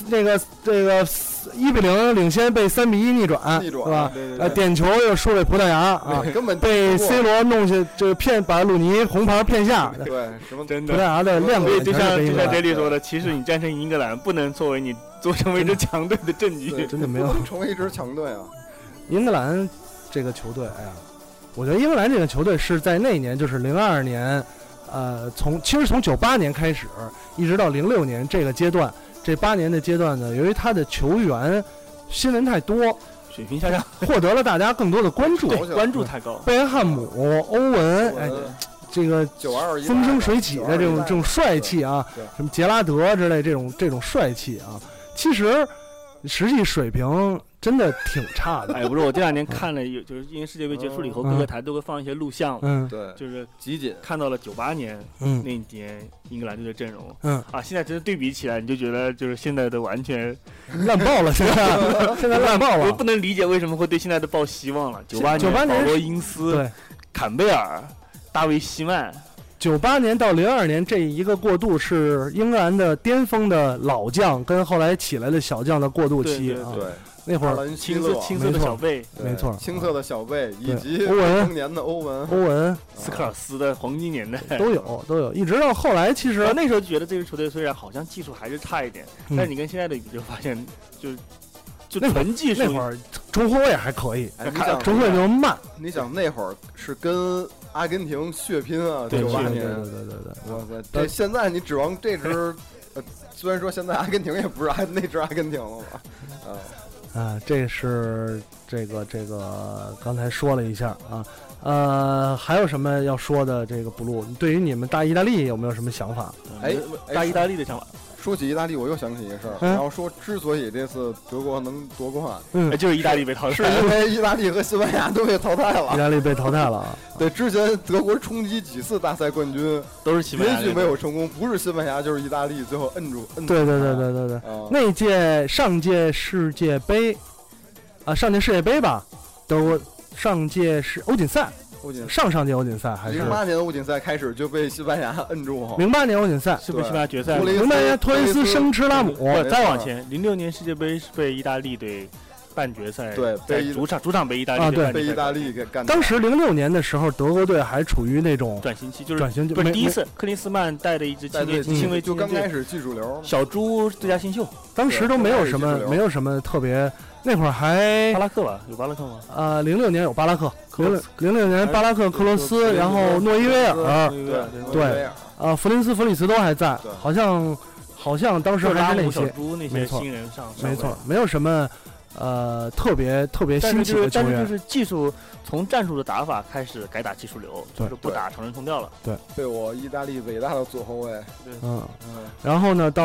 1-0领先，被3-1逆转，是吧？点球又输给葡萄牙啊， 根本被 C 罗弄下，就把鲁尼红牌骗下。 对，什么真的？ 葡萄牙的亮点就像这里说的，其实你战胜英格兰不能作为你成为一支强队的证据， 真的没有成为一支强队啊。 英格兰这个球队，哎呀，我觉得英格兰这个球队是在那年，就是02年，从98年开始，一直到06年这个阶段。这8年的阶段呢，由于他的球员新闻太多， 水平下降， 获得了大家更多的关注， 关注太高。 贝恩汉姆、欧文，哎，这个风生水起的这种帅气啊，什么杰拉德之类这种帅气啊，其实实际水平真的挺差的。 哎，不是，我这2年看了就是因为世界杯结束了以后，各个台都会放一些录像， 对， 就是集锦看到了98年那一年英格兰队的阵容，现在真的对比起来，你就觉得就是现在的完全烂爆了，现在烂爆了， 我不能理解为什么会对现在的抱希望了。98年保罗因斯、 对， 坎贝尔、大卫希曼。 98年到02年这一个过渡是英格兰的巅峰的老将跟后来起来的小将的过渡期啊。 对， 那会儿青色的小贝， 没错， 青色的小贝以及欧文当年的欧文、 斯科尔斯的黄金年代都有，一直到后来，其实那时候觉得这支球队虽然好像技术还是差一点，但是你跟现在的比就发现就纯技术。 那会儿中后卫还可以，中后卫就慢。 你想那会儿是跟阿根廷血拼啊，98年， 对， 哇塞！这现在你指望这支，虽然说现在阿根廷也不是那支阿根廷了吧， 这是这个刚才说了一下啊，还有什么要说的？这个布鲁，对于你们大意大利有没有什么想法？ 大意大利的想法。 说起意大利，我又想起一个事儿，然后说之所以这次德国能夺冠， 就是意大利被淘汰， 是因为意大利和西班牙都被淘汰了。 意大利被淘汰了， 对，之前德国冲击几次大赛冠军都是西班牙， 连续没有成功，不是西班牙就是意大利，最后摁住。 对，那上届世界杯上届世界杯吧，德国上届是欧锦赛。上届欧锦赛还是 08年欧锦赛开始就被西班牙摁住。 08年欧锦赛是被西班牙决赛 ，08年托雷斯生吃拉姆， 再往前，06年世界杯是被意大利队半决赛， 对， 被主场被意大利被意大利给干。 当时06年的时候，德国队还处于那种转型期，不是第一次，克林斯曼带的一支轻微就刚开始技术流， 小猪最佳新秀， 当时都没有什么特别。那会儿还巴拉克吧？有巴拉克吗 ？06年有巴拉克，06年巴拉克、克罗斯，然后诺伊维尔，对，弗林斯、弗里茨都还在，好像当时还是那些新人上， 没错，没有什么特别新奇的球员， 但是就是技术从战术的打法开始改打技术流，就是不打长人冲吊了。 对， 被我意大利伟大的左后卫。 然后呢，到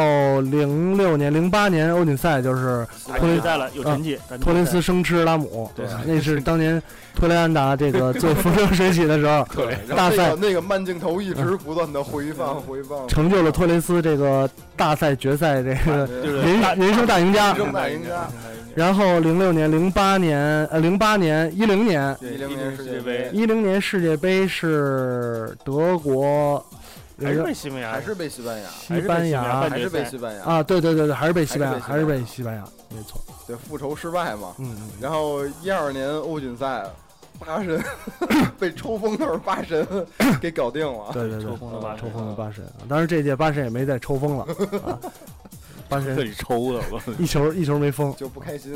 06年、08年欧锦赛就是托雷赛了，有成绩。 托雷斯生吃拉姆，对，那是当年推雷安达这个最风生水起的时候。 对， 大赛那个慢镜头一直不断的回放， 成就了托雷斯这个大赛决赛这个人生大赢家。然后06年、08年、08年、10年世界杯 ，10年世界杯是德国。 还是被西班牙， 还是被西班牙啊！对，还是被西班牙，没错。 对，复仇失败嘛。然后12年欧锦赛，巴神被抽风的巴神给搞定了。 对，抽风的巴神。当然这届巴神也没再抽风了啊。巴神这里抽了， 一球没封， 就不开心。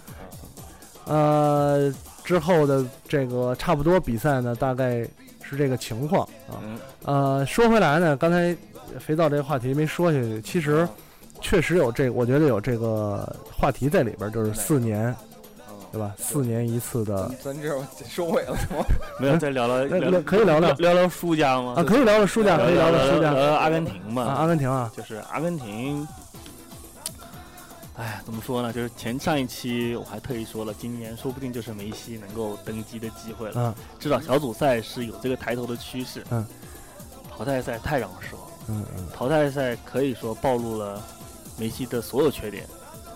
之后的这个差不多比赛呢，大概是这个情况啊。说回来呢，刚才肥皂这个话题没说下去，其实确实有我觉得有这个话题在里边，就是4年，对吧？4年一次的。 咱这收尾了是吗？ 没有，再聊可以聊输家吗？ 可以聊聊输家，可以聊聊输家。 阿根廷嘛， 阿根廷啊， 就是阿根廷。哎，怎么说呢？就是上一期我还特意说了，今年说不定就是梅西能够登基的机会了。至少小组赛是有这个抬头的趋势。淘汰赛太让我失望。淘汰赛可以说暴露了梅西的所有缺点。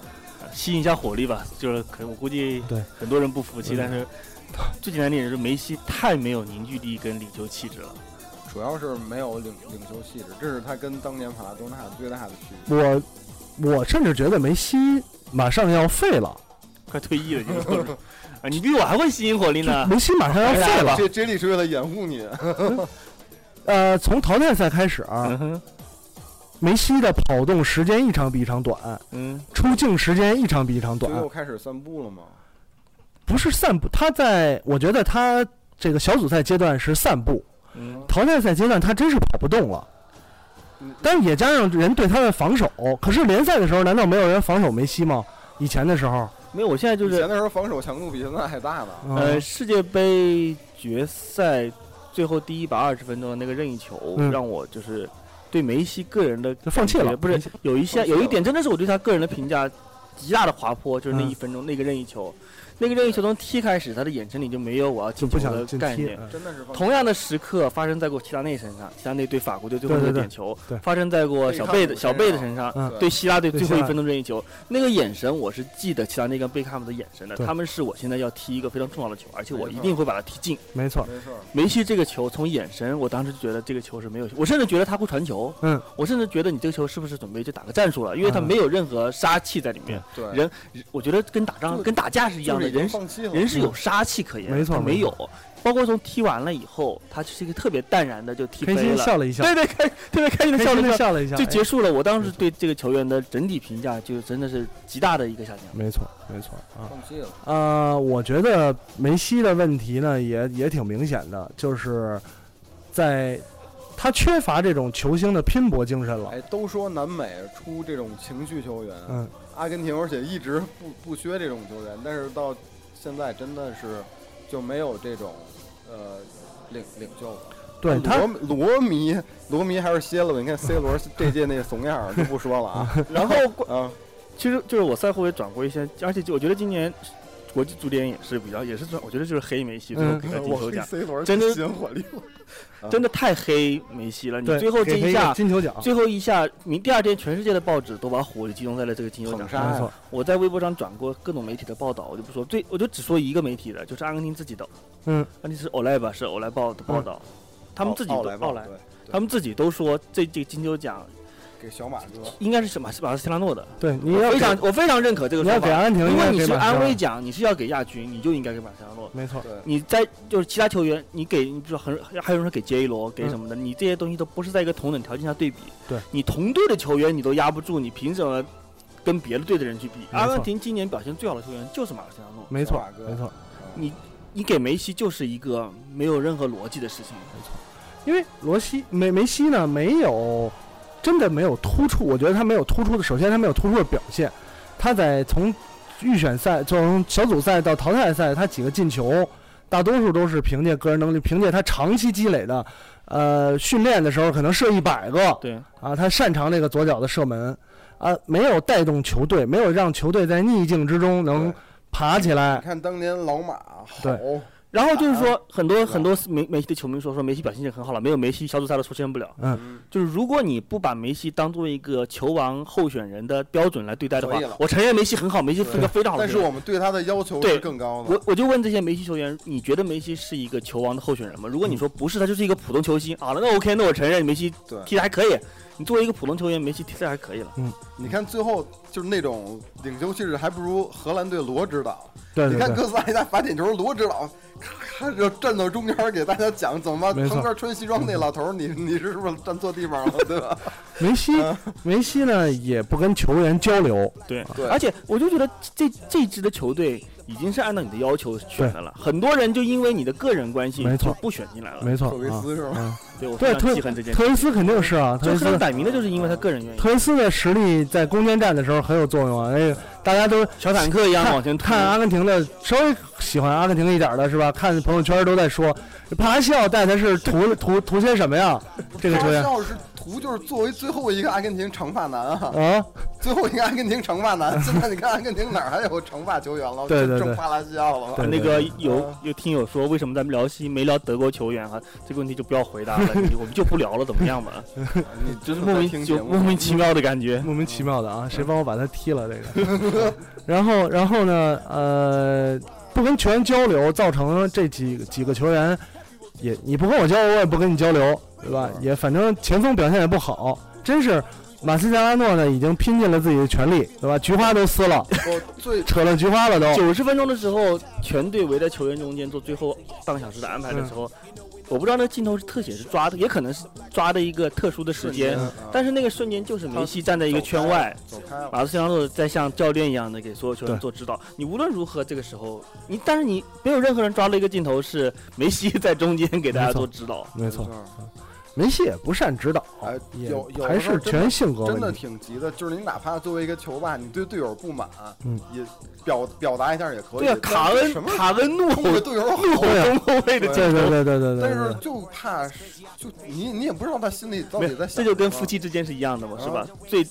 吸引一下火力吧，就是可能我估计对很多人不服气，但是最简单的一点就是梅西太没有凝聚力跟领袖气质了。 主要是没有领袖气质，这是他跟当年马拉多纳最大的区别。 我甚至觉得梅西马上要废了， 快退役了就是啊，你比我还会吸引火力呢。 梅西马上要废了， 这里是为了掩护你。 从淘汰赛开始梅西的跑动时间一场比一场短，出镜时间一场比一场短。 又开始散步了吗？ 不是散步，我觉得他这个小组赛阶段是散步，淘汰赛阶段他真是跑不动了。但是也加上人对他的防守，可是联赛的时候难道没有人防守梅西吗？以前的时候没有，我现在就是以前的时候防守强度比现在还大呢。 世界杯决赛最后第120分钟的那个任意球，让我就是对梅西个人的放弃了。 不是有一点真的是我对他个人的评价极大的滑坡，就是那1分钟那个任意球。那个任意球从踢开始，他的眼神里就没有我要进球的概念。 真的是同样的时刻发生在过齐达内身上，齐达内对法国队最后一个点球，发生在过小贝的身上，对希腊队最后1分钟任意球，那个眼神我是记得齐达内跟贝克汉姆的眼神的，他们是我现在要踢一个非常重要的球，而且我一定会把它踢进。 没错。 梅西这个球从眼神，我当时就觉得这个球是没有，我甚至觉得他会传球，我甚至觉得你这个球是不是准备就打个战术了，因为他没有任何杀气在里面。人，我觉得跟打架是一样的，人是有杀气可言， 没错， 没有。包括从踢完了以后，他就是一个特别淡然的就踢飞了， 开心笑了一笑， 对，特别开心的笑了一下， 就结束了。我当时对这个球员的整体评价就真的是极大的一个下降。 没错放弃了。 我觉得梅西的问题呢也挺明显的，就是在他缺乏这种球星的拼搏精神了。 都说南美出这种情绪球员，阿根廷而且一直不缺这种球员，但是到现在真的是就没有这种领袖了。 对他罗迷还是歇了吧？你看 C 罗这届那个怂样就不说了啊。 然后其实就是我赛后也转过一些，而且我觉得今年国际足联也是我觉得就是黑梅西最后给他金球奖，真的真的太黑梅西了。你最后这一下金球奖， 最后一下，第二天全世界的报纸都把火力集中在了这个金球奖上。我在微博上转过各种媒体的报道，我就不说，我就只说一个媒体的，就是阿根廷自己的，阿根廷是欧莱吧，是欧莱报的报道，他们自己他们自己都说这个金球奖给小马哥应该是马斯切拉诺的。 对， 我非常认可这个说法。 你要给阿根廷， 如果你是安慰奖，你是要给亚军，你就应该给马斯切拉诺。 没错。 你在就是其他球员，你比如说还有人说给J罗给什么的，你这些东西都不是在一个同等条件下对比。 对， 你同队的球员你都压不住，你凭什么跟别的队的人去比？阿根廷今年表现最好的球员就是马斯切拉诺。 没错。 你给梅西就是一个没有任何逻辑的事情。 没错。因为梅西呢真的没有突出，我觉得他没有突出的。首先，他没有突出的表现。他在从预选赛、从小组赛到淘汰赛，他几个进球，大多数都是凭借个人能力，凭借他长期积累的，训练的时候可能射100个。 对啊，他擅长那个左脚的射门，没有带动球队，没有让球队在逆境之中能爬起来。 你看当年老马对。 然后就是说，很多梅西的球迷说梅西表现已经很好了，没有梅西小组赛都出现不了。就是如果你不把梅西当做一个球王候选人的标准来对待的话，我承认梅西很好，梅西是个非常好的。 但是我们对他的要求是更高的。 我就问这些梅西球员，你觉得梅西是一个球王的候选人吗？如果你说不是，他就是一个普通球星啊，那 OK， 那我承认梅西踢得还可以。你作为一个普通球员，梅西踢得还可以了。 你看最后就是那种领袖气质，还不如荷兰队罗指导。 对， 你看哥斯达黎加罚点球，罗指导咔就站到中间给大家讲怎么旁边穿西装那老头，你是不是站错地方了，对吧？ 梅西呢也不跟球员交流， 对，而且我就觉得这支的球队已经是按照你的要求选的了，很多人就因为你的个人关系就不选进来了。 没错， 特维斯是吧？ 对，我非常记恨这件事。 特维斯肯定是啊，特维斯摆明的就是因为他个人原因。 特维斯的实力在攻坚战的时候很有作用啊，大家都小坦克一样往前看阿根廷的，稍微喜欢阿根廷一点的是吧？看朋友圈都在说，帕拉西奥带他是图些什么呀？这个球员是图图就是作为最后一个阿根廷长发男啊，最后一个阿根廷长发男。现在你看阿根廷哪儿还有长发球员了？ 对， 正巴拉西亚了。 那个有听友说，为什么咱们聊西没聊德国球员哈？这个问题就不要回答了，我们就不聊了，怎么样吧？ 你就是莫名其妙的感觉， 莫名其妙的啊！谁帮我把他踢了这个？然后呢？不跟球员交流，造成这几个球员你不跟我交流，我也不跟你交流，对吧？也反正前锋表现也不好，真是马斯切拉诺呢已经拼尽了自己的全力，对吧？菊花都撕了，扯了菊花了都。 90分钟的时候，全队围在球员中间做最后半个小时的安排的时候。我不知道那个镜头是特写是抓的，也可能是抓的一个特殊的时间，但是那个瞬间就是梅西站在一个圈外，马斯切拉诺在像教练一样的给所有球员做指导。你无论如何这个时候，但是你没有任何人抓了一个镜头是梅西在中间给大家做指导。 没错。梅西也不善指导， 有还是全性格真的挺急的。就是你哪怕作为一个球霸，你对队友不满，也表达一下也可以。 对啊，卡恩怒吼队友怒吼中后卫的镜头， 对。 但是就怕就你也不知道他心里到底在想什么。 这就跟夫妻之间是一样的嘛，是吧？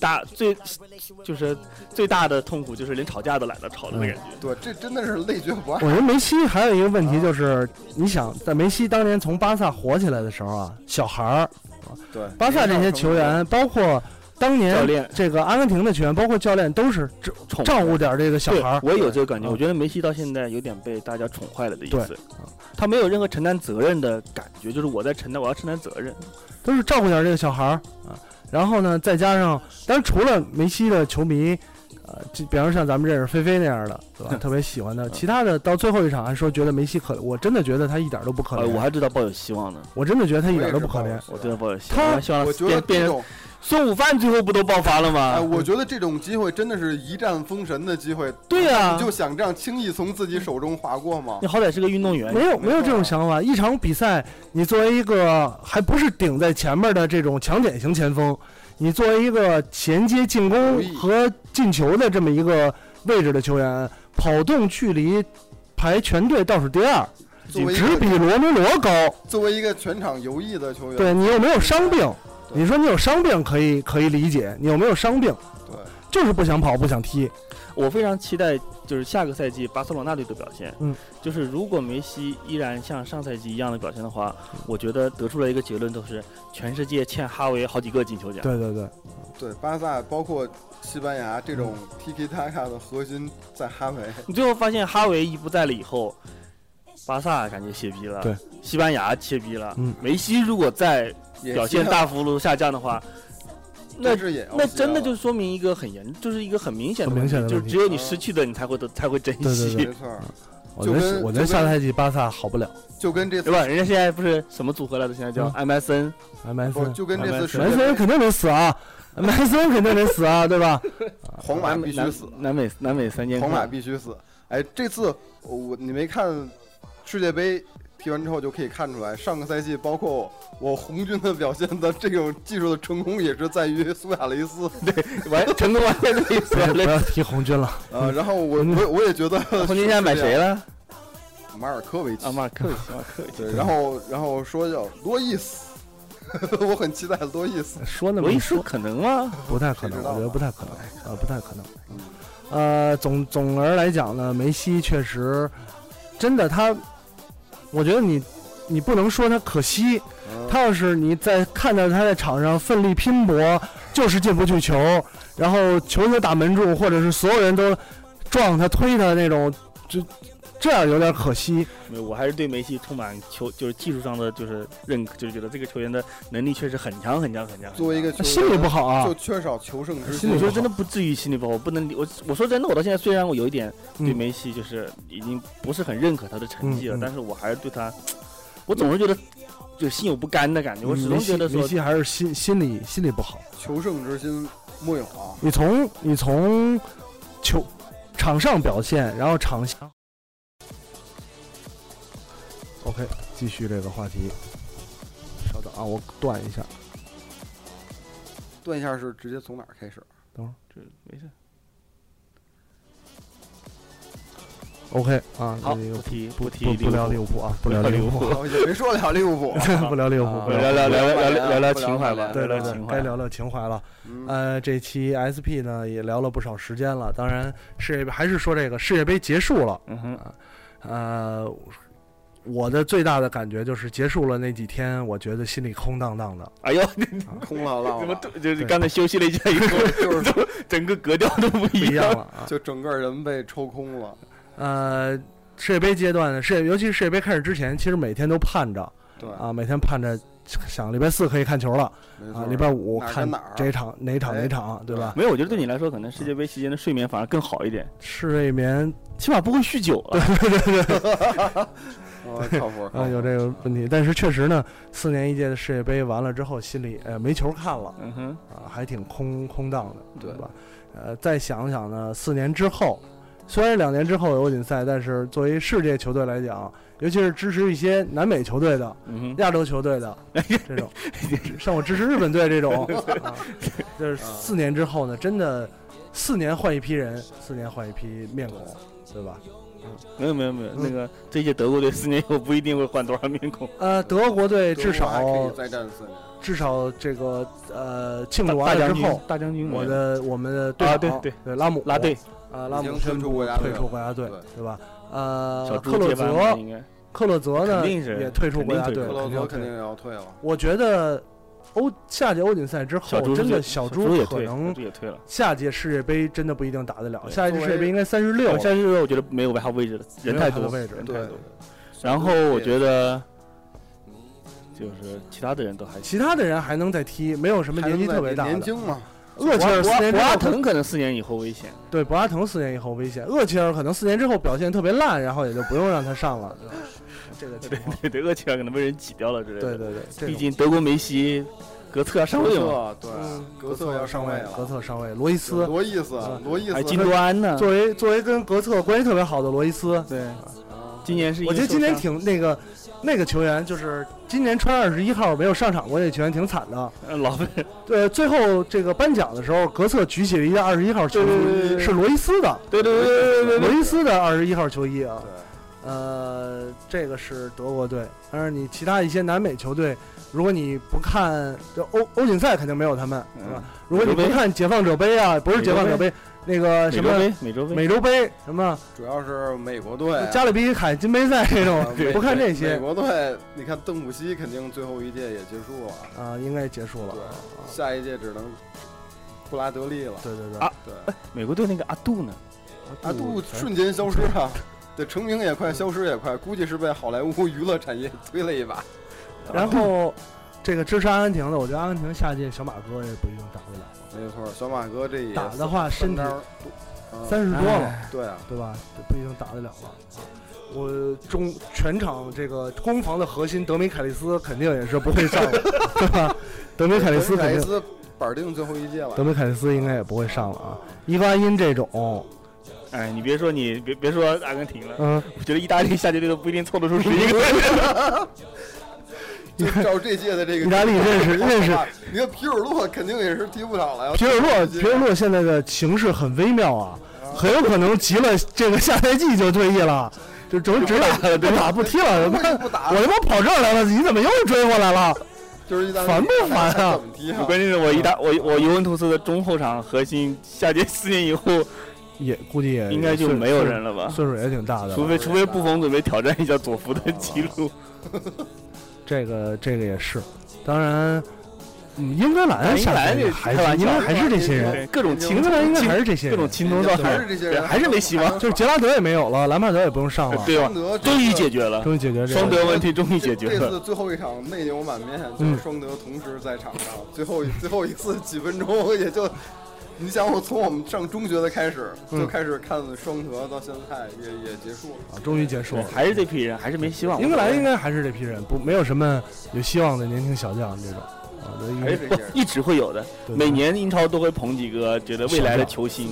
最大的痛苦就是连吵架都懒得吵的感觉。 对，这真的是累觉不爱。 我觉得梅西还有一个问题就是，你想在梅西当年从巴萨火起来的时候啊，小孩儿， 对， 巴萨这些球员，包括当年这个阿根廷的球员，包括教练，都是照顾点这个小孩儿。 我也有这个感觉，我觉得梅西到现在有点被大家宠坏了的意思。他没有任何承担责任的感觉，就是我要承担责任， 都是照顾点这个小孩儿啊。然后呢，再加上，当然除了梅西的球迷，就比方说像咱们认识菲菲那样的，对吧？特别喜欢的，其他的到最后一场还说觉得梅西可怜，我真的觉得他一点都不可怜。 我还知道抱有希望呢， 我真的觉得他一点都不可怜， 我真的抱有希望。 我觉得变成孙午饭最后不都爆发了吗？ 我觉得这种机会真的是一战封神的机会。 对呀， 你就想这样轻易从自己手中划过吗？ 你好歹是个运动员， 没有这种想法。一场比赛，你作为一个还不是顶在前面的这种强点型前锋，你作为一个衔接进攻和进球的这么一个位置的球员，跑动距离排全队倒数第2，只比罗梅罗高。 作为一个全场游弋的球员， 对你有没有伤病？你说你有伤病可以理解，你有没有伤病？ 对， 就是不想跑，不想踢。 我非常期待就是下个赛季巴塞罗那队的表现。就是如果梅西依然像上赛季一样的表现的话，我觉得得出了一个结论，都是全世界欠哈维好几个进球奖。 对，巴萨包括西班牙这种 Tiki Taka 的核心在哈维。 你最后发现哈维一不在了以后，巴萨感觉歇逼了， 对， 西班牙歇逼了。梅西如果在表现大幅度下降的话，那真的就说明一个就是一个很明显的问题，就是只有你失去的你才会珍惜。 没错。 我觉得下赛季巴萨好不了， 就跟这次对吧？人家现在不是什么组合来的，现在叫 MSN， 就跟这次 MSN 肯定得死啊，MSN 肯定得死啊，对吧？ 皇马必须死， 南美3剑客， 皇马必须死。哎，这次你没看世界杯？踢完之后就可以看出来，上个赛季包括我红军的表现的这种技术的成功，也是在于苏亚雷斯。 对，成功完全是苏亚雷斯。 不要提红军了。 然后我也觉得红军现在买谁了？ 马尔科维奇。 马尔科维奇。 对，然后说叫罗伊斯，我很期待罗伊斯。 说那么罗伊斯可能吗？ 不太可能，我觉得不太可能不太可能。总而来讲呢，梅西确实真的我觉得你不能说他可惜，他要是你在看到他在场上奋力拼搏，就是进不去球，然后球打门柱，或者是所有人都撞他推他那种，就这样有点可惜。 我还是对梅西充满就是技术上的就是认可，就是觉得这个球员的能力确实很强。 作为一个球员心理不好啊， 就缺少求胜之心。 我觉得真的不至于心理不好，我不能我说真的，我到现在虽然我有一点对梅西就是已经不是很认可他的成绩了，但是我还是对他，我总是觉得就心有不甘的感觉。我始终觉得说梅西还是心理不好， 求胜之心莫有啊。 你从场上表现，然后场下。OK， 继续这个话题。稍等啊，我断一下。 断一下是直接从哪儿开始？ 等会儿， 这没事。 OK 啊， 好，不聊利物浦啊，不聊利物浦， 也没说聊利物浦， 不聊利物浦， 聊情怀吧， 对，该聊聊情怀了。这期 SP 呢也聊了不少时间了，当然还是说这个世界杯结束了，我的最大的感觉就是结束了那几天，我觉得心里空荡荡的。 哎呦， 空落落， 怎么就是刚才休息了一下以后，就是整个格调都不一样了， 就整个人被抽空了。 世界杯阶段呢，尤其是世界杯开始之前，其实每天都盼着， 对啊，每天盼着想礼拜4可以看球了，啊，礼拜5看这场哪场，对吧？ 没有，我觉得对你来说，可能世界杯期间的睡眠反而更好一点， 睡眠起码不会酗酒了。 对。 靠谱啊，有这个问题，但是确实呢，4年一届的世界杯完了之后，心里没球看了，还挺空荡的，对吧？再想想呢，4年之后，虽然2年之后有欧锦赛，但是作为世界球队来讲，尤其是支持一些南美球队的、亚洲球队的这种，像我支持日本队这种，就是4年之后呢，真的4年换一批人，4年换一批面孔，对吧？ 没有，那个这届德国队4年以后不一定会换多少面孔。 德国队至少可以再战4年， 至少这个庆祝完了之后， 大将军， 我们的队长对拉姆拉队拉姆宣布退出国家队，对吧？克洛泽呢也退出国家队， 克洛泽肯定也要退了。 我觉得下届欧锦赛之后，真的小猪可能下届世界杯真的不一定打得了。下一届世界杯应该36， 我觉得没有他位置了，人太多位置， 对。 然后我觉得就是其他的人都还， 其他的人还能再踢，没有什么年纪特别大的。 年轻嘛。 厄齐尔4年之后， 博阿滕可能4年以后危险。 对，博阿滕4年以后危险。厄齐尔可能4年之后表现特别烂，然后也就不用让他上了。这个对，厄齐尔可能被人挤掉了之类的。 对， 毕竟德国梅西。格策要上位嘛？ 对，格策要上位了。 格策上位，罗伊斯， 还金多安呢。 作为跟格策关系特别好的罗伊斯， 对，今年是我觉得今年挺那个球员，就是今年穿21号没有上场过那球员挺惨的。 老费。 对，最后这个颁奖的时候，格策举起了一件21号球衣，是罗伊斯的。 对， 罗伊斯的21号球衣啊。这个是德国队，但是你其他一些南美球队。如果你不看欧锦赛，肯定没有他们，是吧？如果你不看解放者杯啊，不是解放者杯，那个什么美洲杯什么， 主要是美国队、 加勒比海金杯赛这种，不看这些。 美国队，你看邓普西肯定最后一届也结束了啊，应该结束了。 对，下一届只能布拉德利了。 对。 美国队那个阿杜呢？ 阿杜瞬间消失啊！对，成名也快，消失也快，估计是被好莱坞娱乐产业推了一把。 然后，这个支持阿根廷的，我觉得阿根廷下届小马哥也不一定打得了。 没错，小马哥这打的话，身体30多了， 对吧？不一定打得了了。我全场这个攻防的核心德米凯利斯肯定也是不会上的，对吧？德米凯利斯板定最后一届了。 德米凯利斯应该也不会上了啊。伊瓜因这种。 你别说别说阿根廷了，我觉得意大利下届队都不一定凑得出11个。 就照这届的这个意大利认识， 你看皮尔洛肯定也是踢不了了。 皮尔洛现在的情势很微妙啊，很有可能急了这个下赛季就退役了，就只打不踢了。我他妈跑这儿来了，你怎么又追回来了？ 就是烦不烦啊？ 关键是我尤文图斯的中后场核心下届4年以后。 估计也应该就没有人了吧， 岁数也挺大的， 除非布冯准备挑战一下佐福的记录。 这个也是，当然，英格兰下来应该还是这些人， 各种英格兰应该还是这些人， 各种青铜造还是这些人， 还是没希望。 就是杰拉德也没有了，兰帕德也不用上了， 对吧？终于解决了，双德问题终于解决了。 这次最后一场内牛满面，就是双德同时在场上，最后一次几分钟也就。你想，我从我们上中学的开始就开始看双德，到现在也结束了啊，终于结束了， 还是这批人，还是没希望。 英格兰应该还是这批人，没有什么有希望的年轻小将这种啊， 一直会有的。每年英超都会捧几个觉得未来的球星。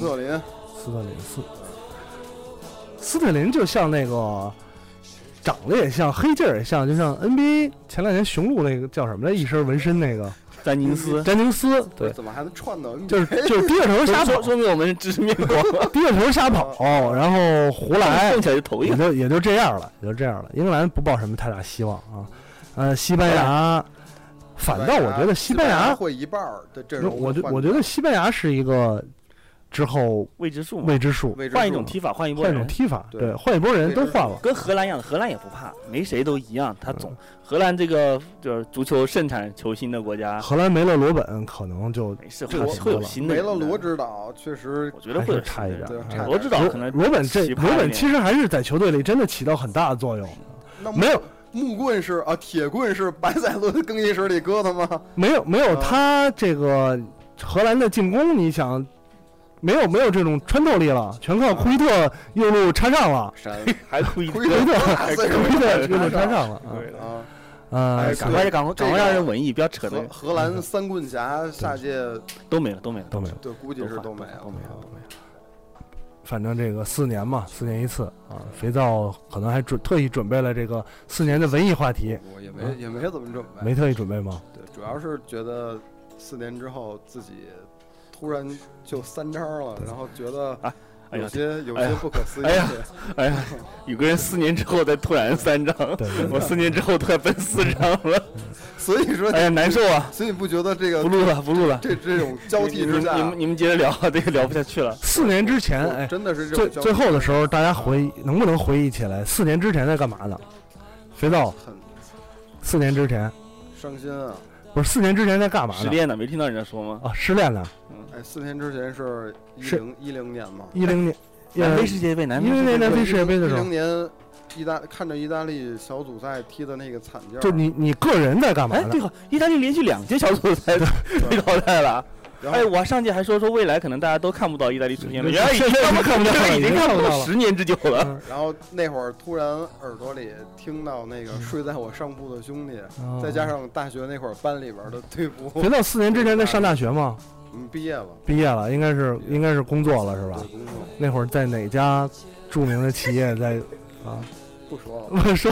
斯特林就像那个长得也像，黑劲儿也像，就像 NBA 前2年雄鹿那个叫什么来，一身纹身那个。 詹宁斯， 对， 怎么还能串到？ 就是低着头瞎跑， 说明我们是知识面广， 低着头瞎跑，然后胡来， 动起来就头晕， 也就这样了，英格兰不抱什么太大希望啊，西班牙，反倒我觉得西班牙会一半的阵容， 我觉得西班牙是一个。之后未知数，换一种踢法，换一种踢法，对，换一波人都换了， 跟荷兰一样，荷兰也不怕，没谁都一样，他荷兰这个就是足球盛产球星的国家， 荷兰没了罗本可能就没事，会有新的， 没了罗指导，确实我觉得会差一点， 罗指导可能罗本其实还是在球队里真的起到很大的作用，没有。 木棍是铁棍是白菜伦更衣室里搁的吗？ 没有，他这个荷兰的进攻，你想。没有这种穿透力了，全靠库伊特右路插上了， 还库伊特右路插上了赶快让人文艺，不要扯那个。 荷兰三棍侠下届都没了， 对，估计是都没了。 反正这个4年嘛，4年一次啊。肥皂可能还特意准备了这个4年的文艺话题， 我也没怎么准备， 没特意准备吗？ 对，主要是觉得4年之后自己。突然就3张了，然后觉得有些不可思议。 哎呀，有个人4年之后再突然3张，我4年之后突然奔4张了， 所以说哎呀难受啊！ 所以你不觉得这个不录了？ 这种交替之下， 你们接着聊，这个聊不下去了。 4年之前， 真的是最后的时候，大家能不能回忆起来4年之前在干嘛呢？肥皂，4年之前伤心啊！ 不是4年之前在干嘛呢？ 失恋呢？没听到人家说吗？ 失恋呢。 4年之前是10年嘛 ？10年， 南非世界杯 ，10年南非世界杯的时候 ，10年看着意大利小组赛踢的那个惨劲儿。 就你个人在干嘛呢？ 对好，意大利连续2届小组赛被淘汰了。我上届还说未来可能大家都看不到意大利出现了，原来已经看不到了，已经看不到10年之久了。 然后那会儿突然耳朵里听到那个睡在我上铺的兄弟，再加上大学那会儿班里边的队服。 肥皂4年之前在上大学吗？ 毕业了， 应该是工作了是吧？ 工作。 那会儿在哪家著名的企业在不说了，说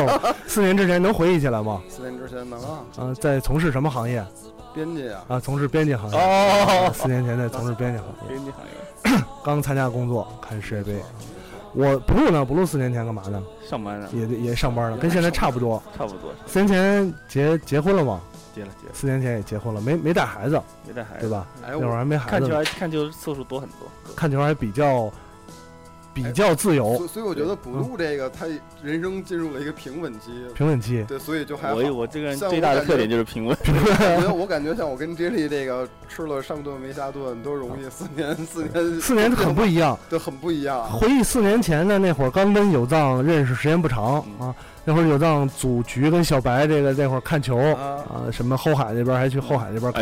4年之前能回忆起来吗 ？4年之前能啊。 在从事什么行业？ 编辑啊， 从事编辑行业。4年前在从事编辑行业。 编辑行业。 刚参加工作，看世界杯。我不录呢，不录4年前干嘛呢？ 上班呢。 也上班呢，跟现在差不多。 差不多。 4年前结婚了吗？ 结了。 4年前也结婚了，没带孩子，对吧？那会儿还没孩子。 看球次数多很多。 看球还比较自由， 所以我觉得补录这个，他人生进入了一个平稳期。对，所以就还好。 我这个人最大的特点就是平稳。 我感觉像我跟杰里这个吃了上顿没下顿，都容易4 年很不一样， 对，很不一样。 回忆4年前的那会儿，刚跟有藏认识时间不长啊。那会儿有藏组局跟小白那会儿看球什么后海那边还去后海那边看。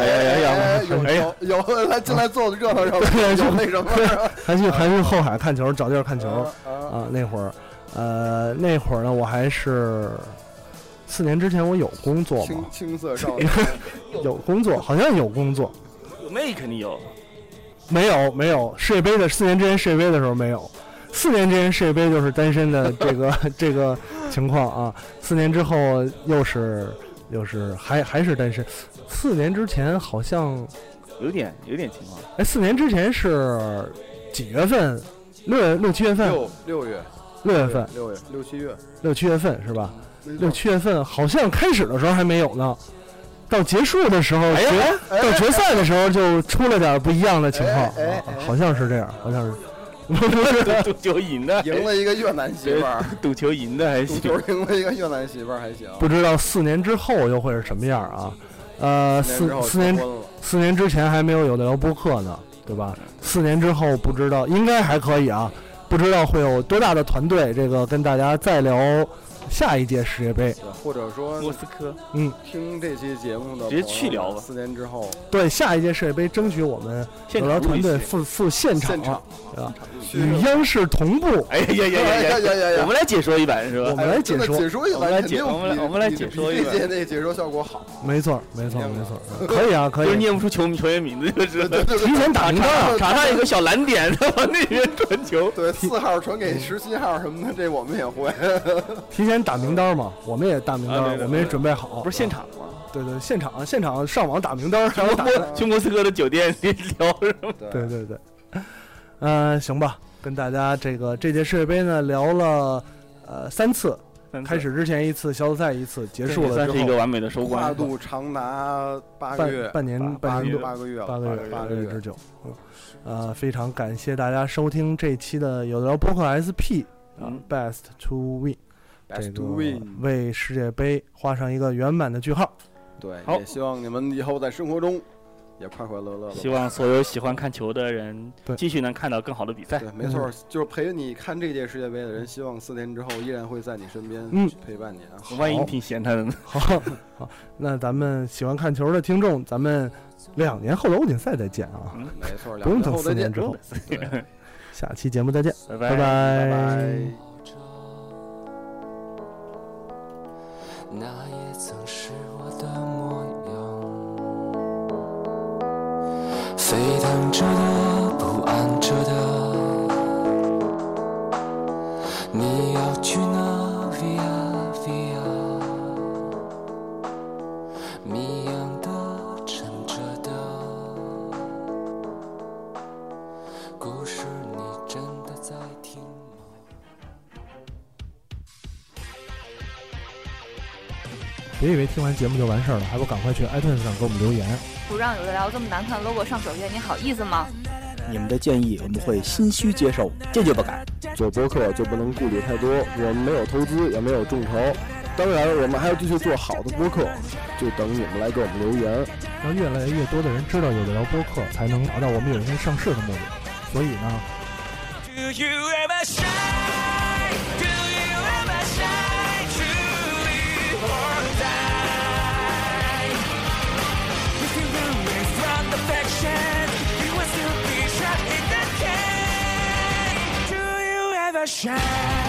有他进来坐热闹热闹，有那什么， 还去后海看球，找地儿看球那会儿呢，我还是4年之前我有工作吗？ 青涩少年有工作，好像有工作。 那肯定有。 没有世界杯的4年之前世界杯的时候没有。4年之前世界杯就是单身的这个情况啊，4年之后又是还是单身。4年之前好像有点情况。 4年之前是几月份？6、7月份 ？6月份？6、7月份是吧？6、7月份好像开始的时候还没有呢，到结束的时候，到决赛的时候就出了点不一样的情况，好像是这样，好像是。 赌球赢的， 赢了一个越南媳妇儿。 赌球赢的还行， 赌球赢了一个越南媳妇儿还行。 不知道4年之后又会是什么样啊？4年之前还没有的聊播客呢，对吧？4年之后不知道，应该还可以啊，不知道会有多大的团队，这个跟大家再聊下一届世界杯， 或者说莫斯科。 听这期节目的直接去聊吧。 4年之后， 对下一届世界杯，争取我们有聊团队赴现场，对吧？与央视同步。 呀！我们来解说一版是吧？ 我们来解说一版， 我们来解说一版。 这届那解说效果好。 没错，可以啊，可以。 就是念不出球员名字，就是提前打名单， 场上有个小蓝点，往那边传球。 对，4号传给17号什么的，这我们也会。 提前打名单嘛，我们也打名单，我们也准备好。 不是现场吗？ 对对，现场上网打明灯， 去莫斯科的酒店里聊是吗？ 对对对，行吧，跟大家这届世界杯呢聊了3次。开始之前1次，小组赛1次，结束了之后算是一个完美的收官。 跨度长达8个月， 半年之久。非常感谢大家收听这期的有的聊播客 SP Best to Win， 这个为世界杯画上一个圆满的句号。 对，也希望你们以后在生活中也快快乐乐的。 希望所有喜欢看球的人继续能看到更好的比赛。 对，没错，就是陪着你看这届世界杯的人，希望4年之后依然会在你身边陪伴你。 万一你挺嫌他的呢？ 好，那咱们喜欢看球的听众，咱们2年后的欧锦赛再见啊！ 没错， 不用等4年之后。下期节目再见，拜拜。 那也曾是我的模样，沸腾着的，不安着的，你要去哪 ？Via Via， 谜样的，沉着的，故事你真的在听吗？ 别以为听完节目就完事儿了，还不赶快去 iTunes 上给我们留言。 不让有的聊这么难看 logo 上首页，你好意思吗？ 你们的建议我们会心虚接受，坚决不改。 做播客就不能顾虑太多，我们没有投资，也没有众筹。当然，我们还要继续做好的播客，就等你们来给我们留言。 让越来越多的人知道有的聊播客，才能达到我们有一天上市的目的。所以呢。 Shine.